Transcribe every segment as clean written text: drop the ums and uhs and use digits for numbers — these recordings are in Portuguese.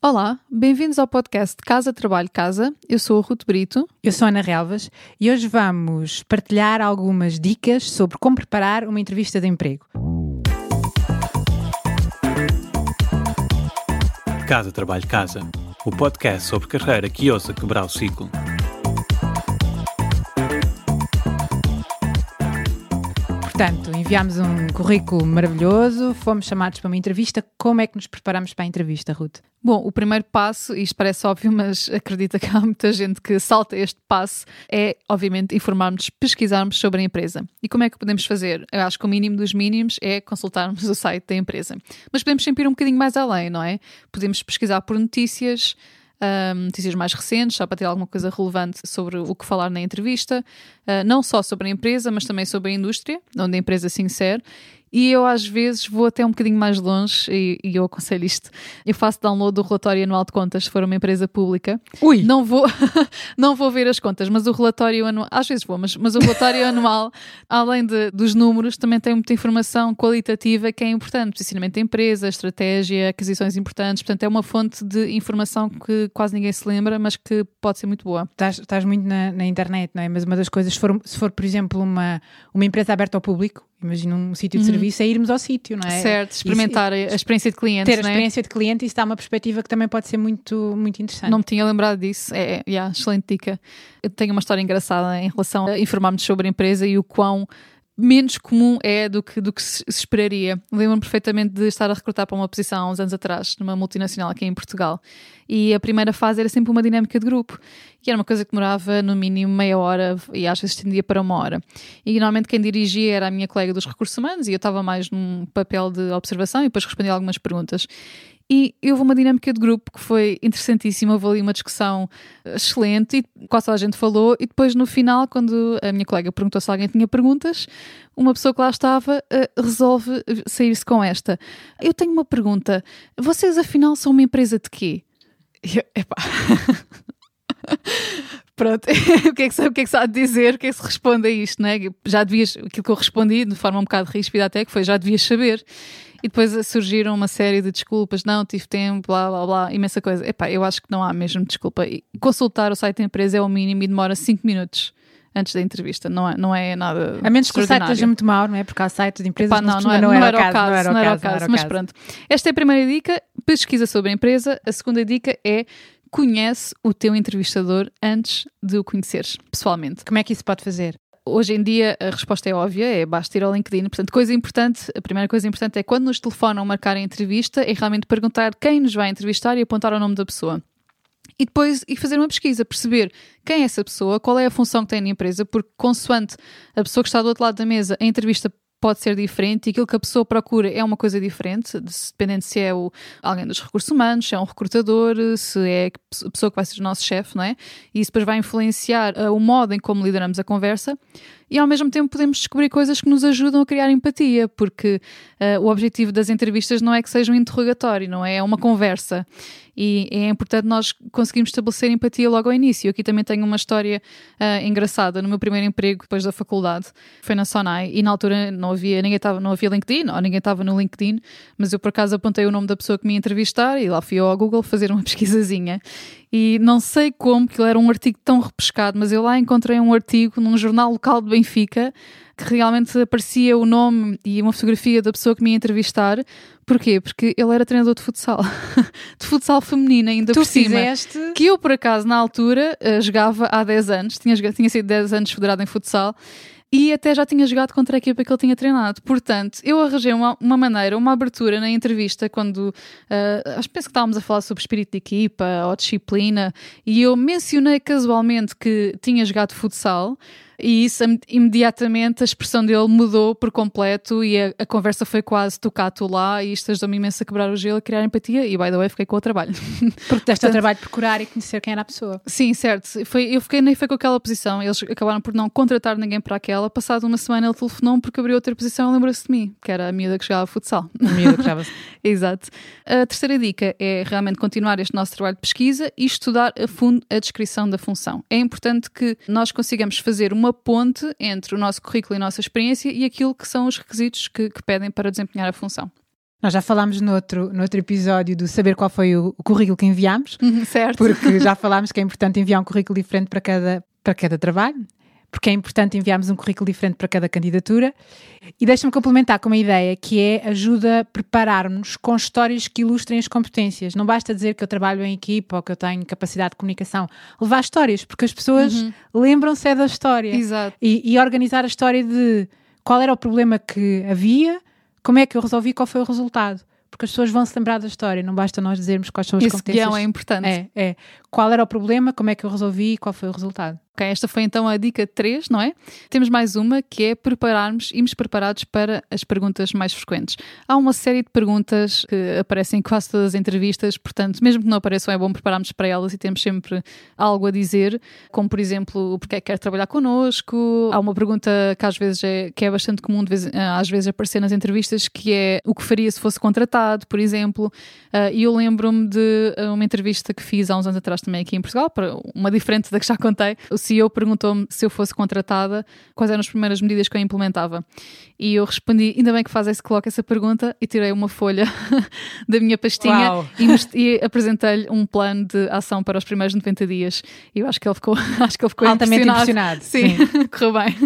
Olá, bem-vindos ao podcast Casa, Trabalho, Casa. Eu sou a Ruth Brito. Eu sou a Ana Relvas e hoje vamos partilhar algumas dicas sobre como preparar uma entrevista de emprego. Casa, Trabalho, Casa. O podcast sobre carreira que ousa quebrar o ciclo. Portanto, enviámos um currículo maravilhoso, fomos chamados para uma entrevista. Como é que nos preparamos para a entrevista, Ruth? Bom, o primeiro passo, isto parece óbvio, mas acredita que há muita gente que salta este passo, é, obviamente, informarmos, pesquisarmos sobre a empresa. E como é que podemos fazer? Eu acho que o mínimo dos mínimos é consultarmos o site da empresa. Mas podemos sempre ir um bocadinho mais além, não é? Podemos pesquisar por notícias mais recentes, só para ter alguma coisa relevante sobre o que falar na entrevista, não só sobre a empresa, mas também sobre a indústria, onde a empresa se insere. E eu às vezes vou até um bocadinho mais longe e eu aconselho isto. Eu faço download do relatório anual de contas se for uma empresa pública. Ui! Não vou ver as contas, mas o relatório anual, às vezes vou, mas o relatório anual, além dos números, também tem muita informação qualitativa que é importante. Posicionamento da empresa, estratégia, aquisições importantes. Portanto, é uma fonte de informação que quase ninguém se lembra, mas que pode ser muito boa. Estás muito na internet, não é? Mas uma das coisas, se for por exemplo, uma empresa aberta ao público, imagina um sítio de serviço, é irmos ao sítio, não é? Certo, experimentar a experiência de cliente. Ter a experiência de cliente, isso dá uma perspectiva que também pode ser muito, muito interessante. Não me tinha lembrado disso, excelente dica. Eu tenho uma história engraçada em relação a informarmos sobre a empresa e o quão menos comum é do que se esperaria. Lembro-me perfeitamente de estar a recrutar para uma posição há uns anos atrás, numa multinacional aqui em Portugal. E a primeira fase era sempre uma dinâmica de grupo. E era uma coisa que demorava no mínimo meia hora e às vezes estendia para uma hora. E normalmente quem dirigia era a minha colega dos recursos humanos e eu estava mais num papel de observação e depois respondia algumas perguntas. E houve uma dinâmica de grupo que foi interessantíssima, houve ali uma discussão excelente e quase toda a gente falou e depois no final, quando a minha colega perguntou se alguém tinha perguntas, uma pessoa que lá estava resolve sair-se com esta. Eu tenho uma pergunta, vocês afinal são uma empresa de quê? Epá... Pronto, o que é que se há de dizer? O que é que se responde a isto, não é? Já devias, aquilo que eu respondi de forma um bocado ríspida até, que foi já devias saber. E depois surgiram uma série de desculpas, não, tive tempo, blá, blá, blá, imensa coisa. Epá, eu acho que não há mesmo desculpa. E consultar o site da empresa é o mínimo e demora 5 minutos antes da entrevista, não é nada a menos que o site esteja muito mau, não é? Porque há sites de empresas não era o caso. Mas pronto, esta é a primeira dica, pesquisa sobre a empresa. A segunda dica é: conhece o teu entrevistador antes de o conheceres pessoalmente. Como é que isso pode fazer? Hoje em dia a resposta é óbvia, basta ir ao LinkedIn. Portanto, a primeira coisa importante é quando nos telefonam marcar a entrevista, é realmente perguntar quem nos vai entrevistar e apontar o nome da pessoa. E depois fazer uma pesquisa, perceber quem é essa pessoa, qual é a função que tem na empresa, porque consoante a pessoa que está do outro lado da mesa, a entrevista pode ser diferente e aquilo que a pessoa procura é uma coisa diferente, dependendo se é alguém dos recursos humanos, se é um recrutador, se é a pessoa que vai ser o nosso chefe, não é? E isso depois vai influenciar o modo em como lideramos a conversa e ao mesmo tempo podemos descobrir coisas que nos ajudam a criar empatia, porque o objetivo das entrevistas não é que seja um interrogatório, não é? É uma conversa. E é importante nós conseguirmos estabelecer empatia logo ao início. Aqui também tenho uma história engraçada. No meu primeiro emprego, depois da faculdade, foi na Sonai e na altura não havia LinkedIn, ou ninguém estava no LinkedIn, mas eu por acaso apontei o nome da pessoa que me ia entrevistar e lá fui eu ao Google fazer uma pesquisazinha. E não sei como, que ele era um artigo tão repescado, mas eu lá encontrei um artigo num jornal local de Benfica que realmente aparecia o nome e uma fotografia da pessoa que me ia entrevistar. Porquê? Porque ele era treinador de futsal. De futsal feminino ainda por cima. Fizeste... Que eu, por acaso, na altura, jogava há 10 anos. Tinha sido 10 anos federado em futsal. E até já tinha jogado contra a equipa que ele tinha treinado. Portanto, eu arranjei uma maneira, uma abertura na entrevista quando penso que estávamos a falar sobre espírito de equipa ou disciplina e eu mencionei casualmente que tinha jogado futsal. E isso, imediatamente, a expressão dele mudou por completo e a conversa foi quase tocar-te lá e isto ajudou-me imenso a quebrar o gelo, a criar empatia e, by the way, fiquei com o trabalho. Porque deste o trabalho de procurar e conhecer quem era a pessoa. Sim, certo. Eu fiquei nem foi com aquela posição. Eles acabaram por não contratar ninguém para aquela. Passado uma semana ele telefonou-me porque abriu outra posição e lembrou-se de mim, que era a miúda que jogava futsal. A miúda que jogava. Exato. A terceira dica é realmente continuar este nosso trabalho de pesquisa e estudar a fundo a descrição da função. É importante que nós consigamos fazer uma ponte entre o nosso currículo e a nossa experiência e aquilo que são os requisitos que pedem para desempenhar a função. Nós já falámos no outro episódio do saber qual foi o currículo que enviámos. Certo. Porque já falámos que é importante enviar um currículo diferente para cada trabalho. Porque é importante enviarmos um currículo diferente para cada candidatura. E deixa-me complementar com uma ideia que ajuda a preparar-nos com histórias que ilustrem as competências. Não basta dizer que eu trabalho em equipa ou que eu tenho capacidade de comunicação. Levar histórias, porque as pessoas lembram-se da história. Exato. E organizar a história de qual era o problema que havia, como é que eu resolvi, qual foi o resultado. Porque as pessoas vão se lembrar da história, não basta nós dizermos quais são as competências. Esse guião é importante. Qual era o problema, como é que eu resolvi e qual foi o resultado. Ok, esta foi então a dica 3, não é? Temos mais uma, que é irmos preparados para as perguntas mais frequentes. Há uma série de perguntas que aparecem em quase todas as entrevistas, portanto, mesmo que não apareçam, é bom prepararmos para elas e temos sempre algo a dizer, como por exemplo, o porquê é que quer trabalhar connosco. Há uma pergunta que às vezes é bastante comum às vezes aparecer nas entrevistas, que é o que faria se fosse contratado, por exemplo. E eu lembro-me de uma entrevista que fiz há uns anos atrás também aqui em Portugal, para uma diferente da que já contei. O CEO perguntou-me se eu fosse contratada, quais eram as primeiras medidas que eu implementava. E eu respondi, ainda bem que coloca essa pergunta, e tirei uma folha da minha pastinha e apresentei-lhe um plano de ação para os primeiros 90 dias. E eu acho que ele ficou altamente impressionado. Sim. Correu bem.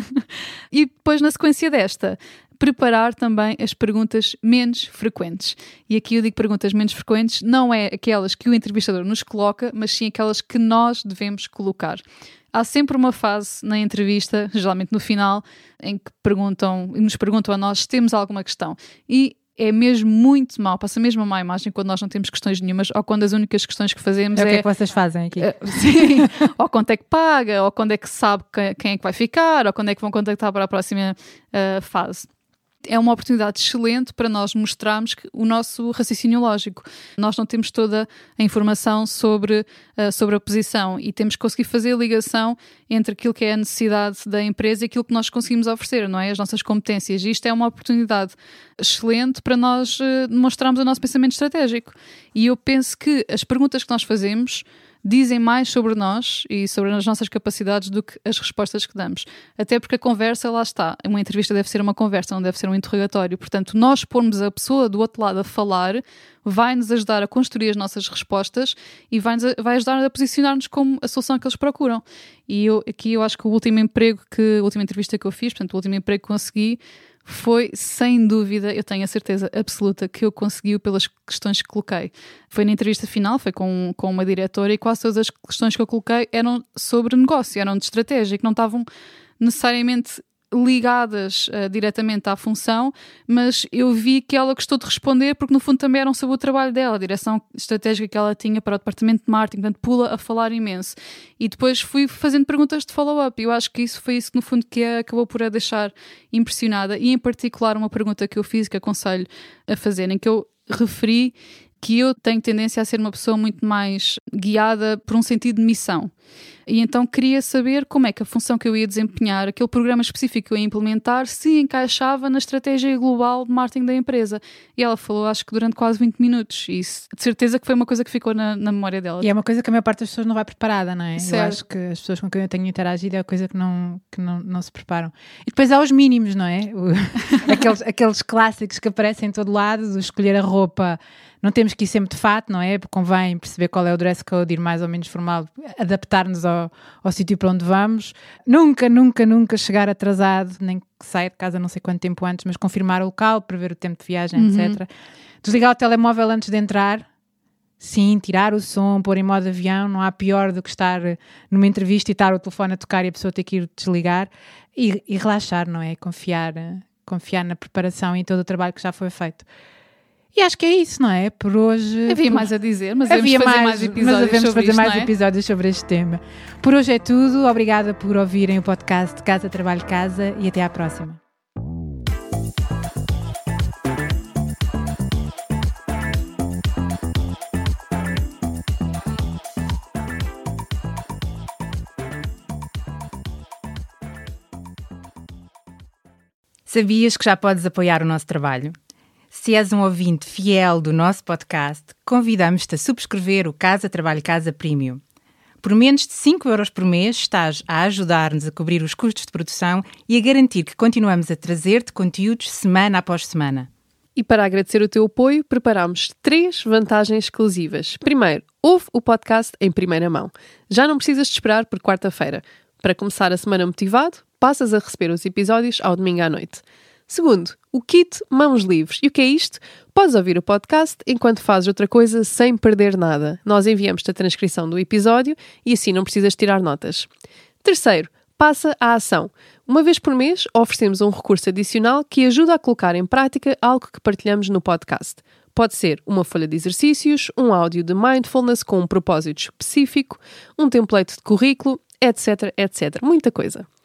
E depois, na sequência desta, preparar também as perguntas menos frequentes. E aqui eu digo perguntas menos frequentes, não é aquelas que o entrevistador nos coloca, mas sim aquelas que nós devemos colocar. Há sempre uma fase na entrevista, geralmente no final, em que nos perguntam a nós se temos alguma questão. E é mesmo muito mau, passa mesmo a má imagem quando nós não temos questões nenhumas, ou quando as únicas questões que fazemos o que é que vocês fazem aqui? Sim, ou quanto é que paga, ou quando é que sabe quem é que vai ficar, ou quando é que vão contactar para a próxima fase. É uma oportunidade excelente para nós mostrarmos o nosso raciocínio lógico. Nós não temos toda a informação sobre a posição e temos que conseguir fazer a ligação entre aquilo que é a necessidade da empresa e aquilo que nós conseguimos oferecer, não é? As nossas competências. E isto é uma oportunidade excelente para nós demonstrarmos o nosso pensamento estratégico. E eu penso que as perguntas que nós fazemos dizem mais sobre nós e sobre as nossas capacidades do que as respostas que damos. Até porque a conversa, lá está. Uma entrevista deve ser uma conversa, não deve ser um interrogatório. Portanto, nós pormos a pessoa do outro lado a falar vai-nos ajudar a construir as nossas respostas e vai ajudar a posicionar-nos como a solução que eles procuram. E eu acho que a última entrevista que eu fiz, portanto, o último emprego que consegui, foi, sem dúvida, eu tenho a certeza absoluta que eu consegui pelas questões que coloquei. Foi na entrevista final, foi com uma diretora, e quase todas as questões que eu coloquei eram sobre negócio, eram de estratégia, que não estavam necessariamente ligadas diretamente à função, mas eu vi que ela gostou de responder porque no fundo também eram sobre o trabalho dela, a direção estratégica que ela tinha para o departamento de marketing, portanto pula a falar imenso. E depois fui fazendo perguntas de follow-up e eu acho que isso foi isso que no fundo que acabou por a deixar impressionada, e em particular uma pergunta que eu fiz, que aconselho a fazer, em que eu referi que eu tenho tendência a ser uma pessoa muito mais guiada por um sentido de missão. E então queria saber como é que a função que eu ia desempenhar, aquele programa específico que eu ia implementar, se encaixava na estratégia global de marketing da empresa. E ela falou, acho que durante quase 20 minutos. E isso, de certeza que foi uma coisa que ficou na memória dela. E é uma coisa que a maior parte das pessoas não vai preparada, não é? Certo. Eu acho que as pessoas com quem eu tenho interagido é a coisa que não se preparam. E depois há os mínimos, não é? Aqueles clássicos que aparecem em todo lado, de escolher a roupa. Não temos que ir sempre de fato, não é? Porque convém perceber qual é o dress code, ir mais ou menos formal, adaptar-nos ao sítio para onde vamos. Nunca chegar atrasado, nem que saia de casa não sei quanto tempo antes, mas confirmar o local, prever o tempo de viagem, etc. Desligar o telemóvel antes de entrar. Sim, tirar o som, pôr em modo avião, não há pior do que estar numa entrevista e estar o telefone a tocar e a pessoa ter que ir desligar. E relaxar, não é? Confiar na preparação e em todo o trabalho que já foi feito. E acho que é isso, não é? Por hoje... Havia mais a dizer, mas devemos fazer mais episódios sobre este tema. Por hoje é tudo. Obrigada por ouvirem o podcast Casa, Trabalho, Casa e até à próxima. Sabias que já podes apoiar o nosso trabalho? Se és um ouvinte fiel do nosso podcast, convidamos-te a subscrever o Casa, Trabalho, Casa Premium. Por menos de 5€ por mês estás a ajudar-nos a cobrir os custos de produção e a garantir que continuamos a trazer-te conteúdos semana após semana. E para agradecer o teu apoio, preparámos 3 vantagens exclusivas. Primeiro, ouve o podcast em primeira mão. Já não precisas de esperar por quarta-feira. Para começar a semana motivado, passas a receber os episódios ao domingo à noite. Segundo, o kit Mãos Livres. E o que é isto? Podes ouvir o podcast enquanto fazes outra coisa sem perder nada. Nós enviamos-te a transcrição do episódio e assim não precisas tirar notas. Terceiro, passa à ação. Uma vez por mês, oferecemos um recurso adicional que ajuda a colocar em prática algo que partilhamos no podcast. Pode ser uma folha de exercícios, um áudio de mindfulness com um propósito específico, um template de currículo, etc, etc. Muita coisa.